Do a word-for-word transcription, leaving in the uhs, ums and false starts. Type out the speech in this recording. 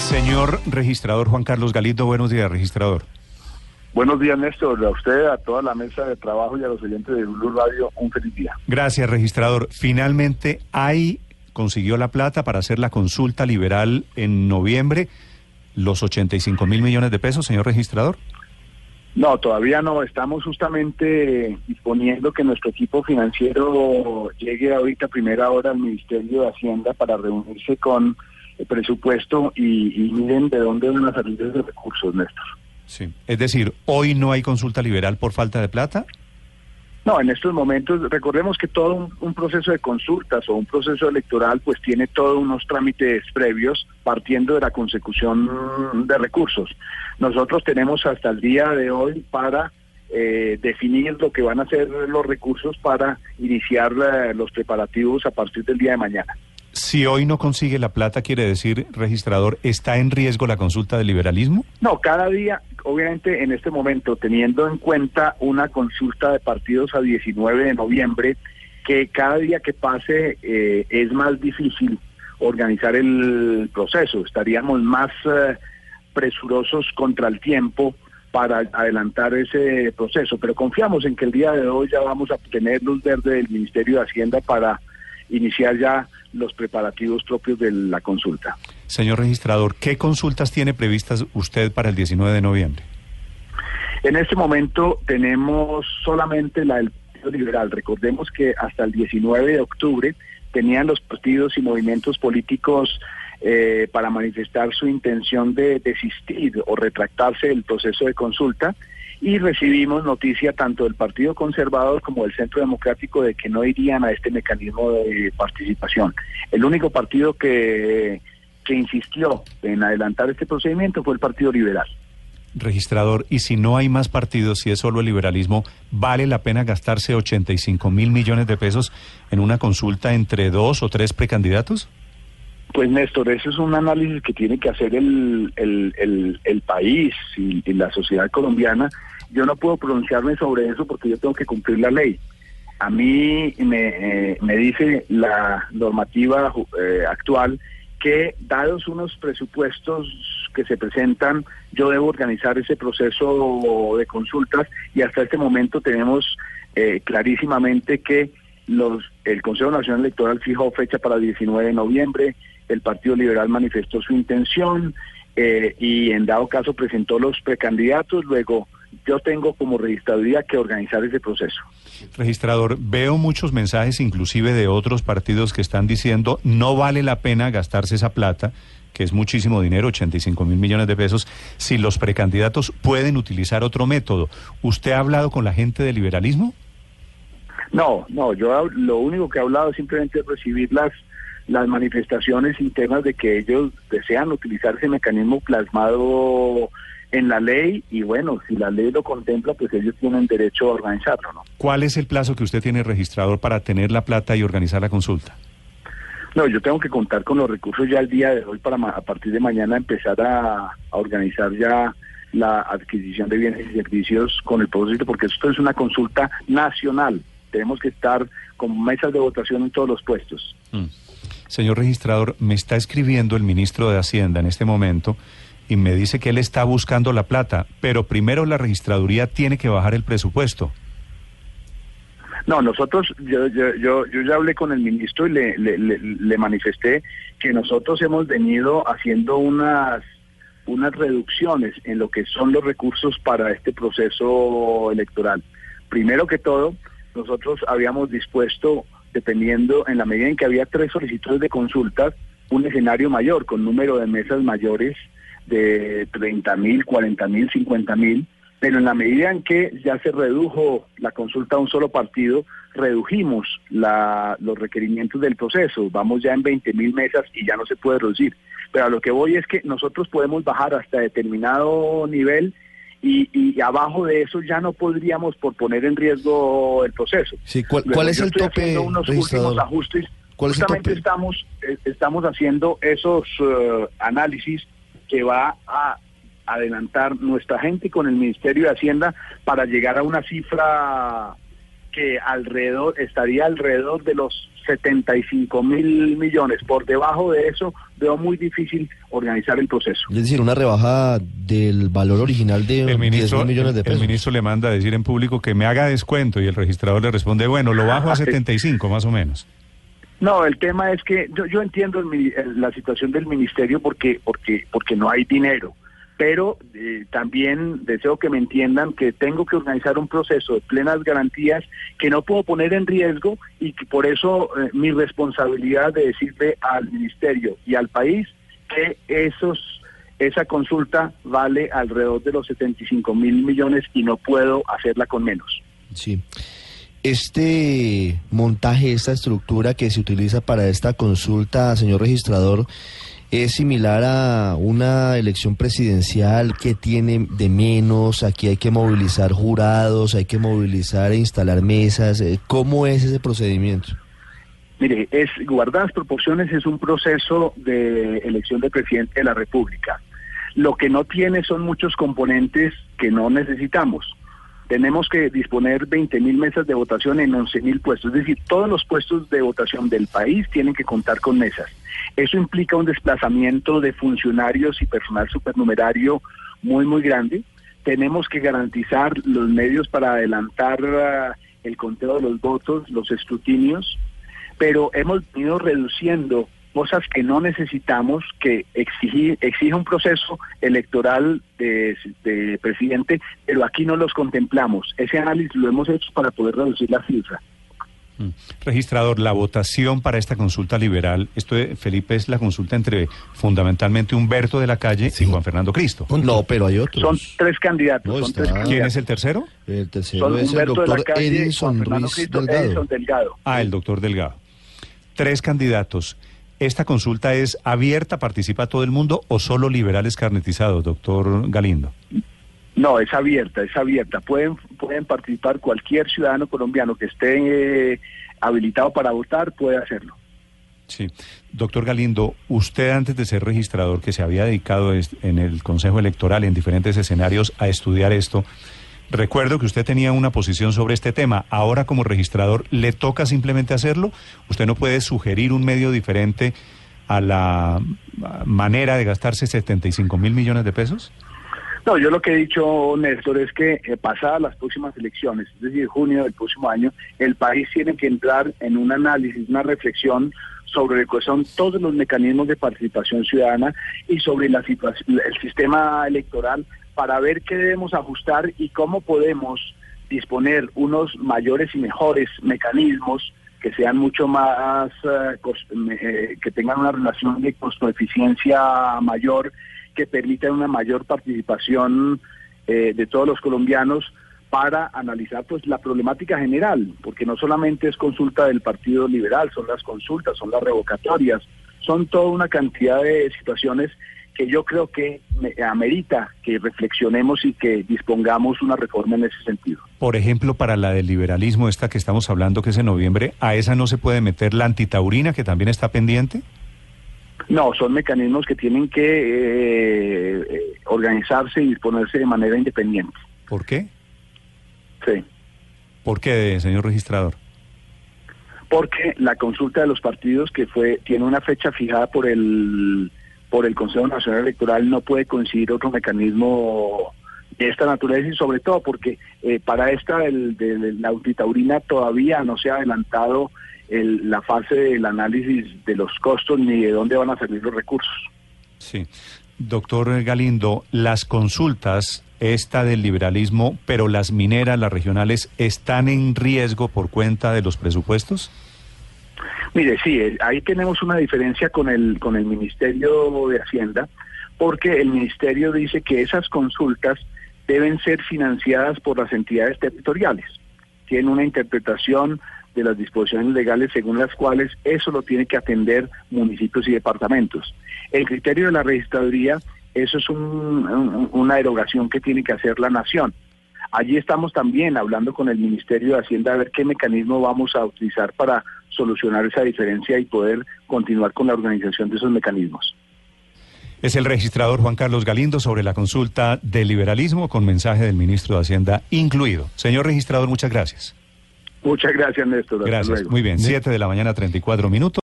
Señor registrador Juan Carlos Galindo, buenos días, registrador. Buenos días, Néstor, a usted, a toda la mesa de trabajo y a los oyentes de Blue Radio, un feliz día. Gracias, registrador. Finalmente, ¿hay consiguió la plata para hacer la consulta liberal en noviembre, los ochenta y cinco mil millones de pesos, señor registrador? No, todavía no. Estamos justamente disponiendo que nuestro equipo financiero llegue ahorita a primera hora al Ministerio de Hacienda para reunirse con el presupuesto y, y miren de dónde van a salir esos recursos, Néstor. Sí. Es decir, ¿hoy no hay consulta liberal por falta de plata? No, en estos momentos, recordemos que todo un, un proceso de consultas o un proceso electoral pues tiene todos unos trámites previos partiendo de la consecución de recursos. Nosotros tenemos hasta el día de hoy para eh, definir lo que van a ser los recursos para iniciar eh, los preparativos a partir del día de mañana. Si hoy no consigue la plata, quiere decir, registrador, ¿está en riesgo la consulta del liberalismo? No, cada día, obviamente en este momento, teniendo en cuenta una consulta de partidos a diecinueve de noviembre, que cada día que pase eh, es más difícil organizar el proceso. Estaríamos más eh, presurosos contra el tiempo para adelantar ese proceso, pero confiamos en que el día de hoy ya vamos a tener luz verde del Ministerio de Hacienda para iniciar ya los preparativos propios de la consulta. Señor registrador, ¿qué consultas tiene previstas usted para el diecinueve de noviembre? En este momento tenemos solamente la del Partido Liberal. Recordemos que hasta el diecinueve de octubre tenían los partidos y movimientos políticos eh, para manifestar su intención de desistir o retractarse del proceso de consulta, y recibimos noticia tanto del Partido Conservador como del Centro Democrático de que no irían a este mecanismo de participación. El único partido que, que insistió en adelantar este procedimiento fue el Partido Liberal. Registrador, y si no hay más partidos, si es solo el liberalismo, ¿vale la pena gastarse ochenta y cinco mil millones de pesos en una consulta entre dos o tres precandidatos? Pues Néstor, eso es un análisis que tiene que hacer el, el, el, el país y, y la sociedad colombiana. Yo no puedo pronunciarme sobre eso porque yo tengo que cumplir la ley. A mí me, eh, me dice la normativa eh, actual que, dados unos presupuestos que se presentan, yo debo organizar ese proceso de consultas, y hasta este momento tenemos eh, clarísimamente que los el Consejo Nacional Electoral fijó fecha para el diecinueve de noviembre, el Partido Liberal manifestó su intención eh, y en dado caso presentó los precandidatos. Luego yo tengo como registraduría que organizar ese proceso. Registrador, veo muchos mensajes inclusive de otros partidos que están diciendo no vale la pena gastarse esa plata, que es muchísimo dinero, ochenta y cinco mil millones de pesos, si los precandidatos pueden utilizar otro método. ¿Usted ha hablado con la gente del liberalismo? No, no, yo lo único que he hablado es simplemente recibir las las manifestaciones internas de que ellos desean utilizar ese mecanismo plasmado en la ley, y bueno, si la ley lo contempla, pues ellos tienen derecho a organizarlo, ¿no? ¿Cuál es el plazo que usted tiene, registrador, para tener la plata y organizar la consulta? No, yo tengo que contar con los recursos ya el día de hoy para a partir de mañana empezar a, a organizar ya la adquisición de bienes y servicios con el propósito, porque esto es una consulta nacional. Tenemos que estar con mesas de votación en todos los puestos. Mm. Señor registrador, me está escribiendo el ministro de Hacienda en este momento y me dice que él está buscando la plata, pero primero la registraduría tiene que bajar el presupuesto. No, nosotros, yo yo yo, yo ya hablé con el ministro y le, le, le, le manifesté que nosotros hemos venido haciendo unas unas reducciones en lo que son los recursos para este proceso electoral. Primero que todo, nosotros habíamos dispuesto, dependiendo, en la medida en que había tres solicitudes de consultas, un escenario mayor, con número de mesas mayores de treinta mil, cuarenta mil, cincuenta mil, pero en la medida en que ya se redujo la consulta a un solo partido, redujimos la, los requerimientos del proceso. Vamos ya en veinte mil mesas y ya no se puede reducir. Pero a lo que voy es que nosotros podemos bajar hasta determinado nivel, y, y abajo de eso ya no podríamos por poner en riesgo el proceso. Sí, ¿cuál, Luego, ¿cuál es yo el estoy tope, haciendo unos últimos ajustes. ¿Cuál es el Justamente tope? estamos eh, estamos haciendo esos uh, análisis que va a adelantar nuestra gente con el Ministerio de Hacienda para llegar a una cifra que alrededor estaría alrededor de los setenta y cinco mil millones. Por debajo de eso veo muy difícil organizar el proceso. Es decir, una rebaja del valor original de el ministro, diez mil millones de pesos. El ministro le manda a decir en público que me haga descuento y el registrador le responde, bueno, lo bajo a setenta y cinco más o menos. No, el tema es que yo, yo entiendo el, el, la situación del ministerio porque porque porque no hay dinero, pero eh, también deseo que me entiendan que tengo que organizar un proceso de plenas garantías que no puedo poner en riesgo y que por eso eh, mi responsabilidad de decirle al ministerio y al país que esos esa consulta vale alrededor de los setenta y cinco mil millones y no puedo hacerla con menos. Sí. Este montaje, esta estructura que se utiliza para esta consulta, señor registrador, ¿es similar a una elección presidencial que tiene de menos? Aquí hay que movilizar jurados, hay que movilizar e instalar mesas. ¿Cómo es ese procedimiento? Mire, es guardadas proporciones, es un proceso de elección de presidente de la República. Lo que no tiene son muchos componentes que no necesitamos. Tenemos que disponer veinte mil mesas de votación en once mil puestos, es decir, todos los puestos de votación del país tienen que contar con mesas. Eso implica un desplazamiento de funcionarios y personal supernumerario muy, muy grande. Tenemos que garantizar los medios para adelantar uh, el conteo de los votos, los escrutinios, pero hemos ido reduciendo cosas que no necesitamos, que exige, exige un proceso electoral de, de presidente, pero aquí no los contemplamos. Ese análisis lo hemos hecho para poder reducir la cifra. Mm. Registrador, la votación para esta consulta liberal, esto de Felipe es la consulta entre fundamentalmente Humberto de la Calle sí. y Juan Fernando Cristo. No, pero hay otros. Son tres candidatos. No, son tres candidatos. ¿Quién es el tercero? El tercero son es Humberto el doctor de la Calle, Edison Ruiz Cristo, Delgado. Edison Delgado. Ah, el doctor Delgado. Tres candidatos. ¿Esta consulta es abierta, participa todo el mundo o solo liberales carnetizados, doctor Galindo? No, es abierta, es abierta. Pueden pueden participar cualquier ciudadano colombiano que esté eh, habilitado para votar, puede hacerlo. Sí. Doctor Galindo, usted antes de ser registrador, que se había dedicado en el Consejo Electoral en diferentes escenarios a estudiar esto, recuerdo que usted tenía una posición sobre este tema. Ahora como registrador, ¿le toca simplemente hacerlo? ¿Usted no puede sugerir un medio diferente a la manera de gastarse setenta y cinco mil millones de pesos? No, yo lo que he dicho, Néstor, es que eh, pasadas las próximas elecciones, es decir, junio del próximo año, el país tiene que entrar en un análisis, una reflexión sobre lo que son todos los mecanismos de participación ciudadana y sobre la situación, el sistema electoral, para ver qué debemos ajustar y cómo podemos disponer unos mayores y mejores mecanismos que sean mucho más, uh, cost, eh, que tengan una relación de costo-eficiencia mayor, que permitan una mayor participación eh, de todos los colombianos para analizar pues la problemática general, porque no solamente es consulta del Partido Liberal, son las consultas, son las revocatorias, son toda una cantidad de situaciones que yo creo que amerita que reflexionemos y que dispongamos una reforma en ese sentido. Por ejemplo, para la del liberalismo, esta que estamos hablando, que es en noviembre, ¿a esa no se puede meter la antitaurina, que también está pendiente? No, son mecanismos que tienen que eh, eh, organizarse y disponerse de manera independiente. ¿Por qué? Sí. ¿Por qué, señor registrador? Porque la consulta de los partidos, que fue tiene una fecha fijada por el por el Consejo Nacional Electoral, no puede coincidir otro mecanismo de esta naturaleza, y sobre todo porque eh, para esta el, de, de la antitaurina todavía no se ha adelantado el, la fase del análisis de los costos ni de dónde van a salir los recursos. Sí. Doctor Galindo, las consultas, esta del liberalismo, pero las mineras, las regionales, ¿están en riesgo por cuenta de los presupuestos? Mire, sí, ahí tenemos una diferencia con el con el Ministerio de Hacienda, porque el Ministerio dice que esas consultas deben ser financiadas por las entidades territoriales. Tienen una interpretación de las disposiciones legales según las cuales eso lo tiene que atender municipios y departamentos. El criterio de la registraduría, eso es un, un, una erogación que tiene que hacer la nación. Allí estamos también hablando con el Ministerio de Hacienda a ver qué mecanismo vamos a utilizar para solucionar esa diferencia y poder continuar con la organización de esos mecanismos. Es el registrador Juan Carlos Galindo sobre la consulta del liberalismo con mensaje del ministro de Hacienda incluido. Señor registrador, muchas gracias. Muchas gracias, Néstor. Hasta Gracias. luego. Muy bien. Siete de la mañana, treinta y cuatro minutos.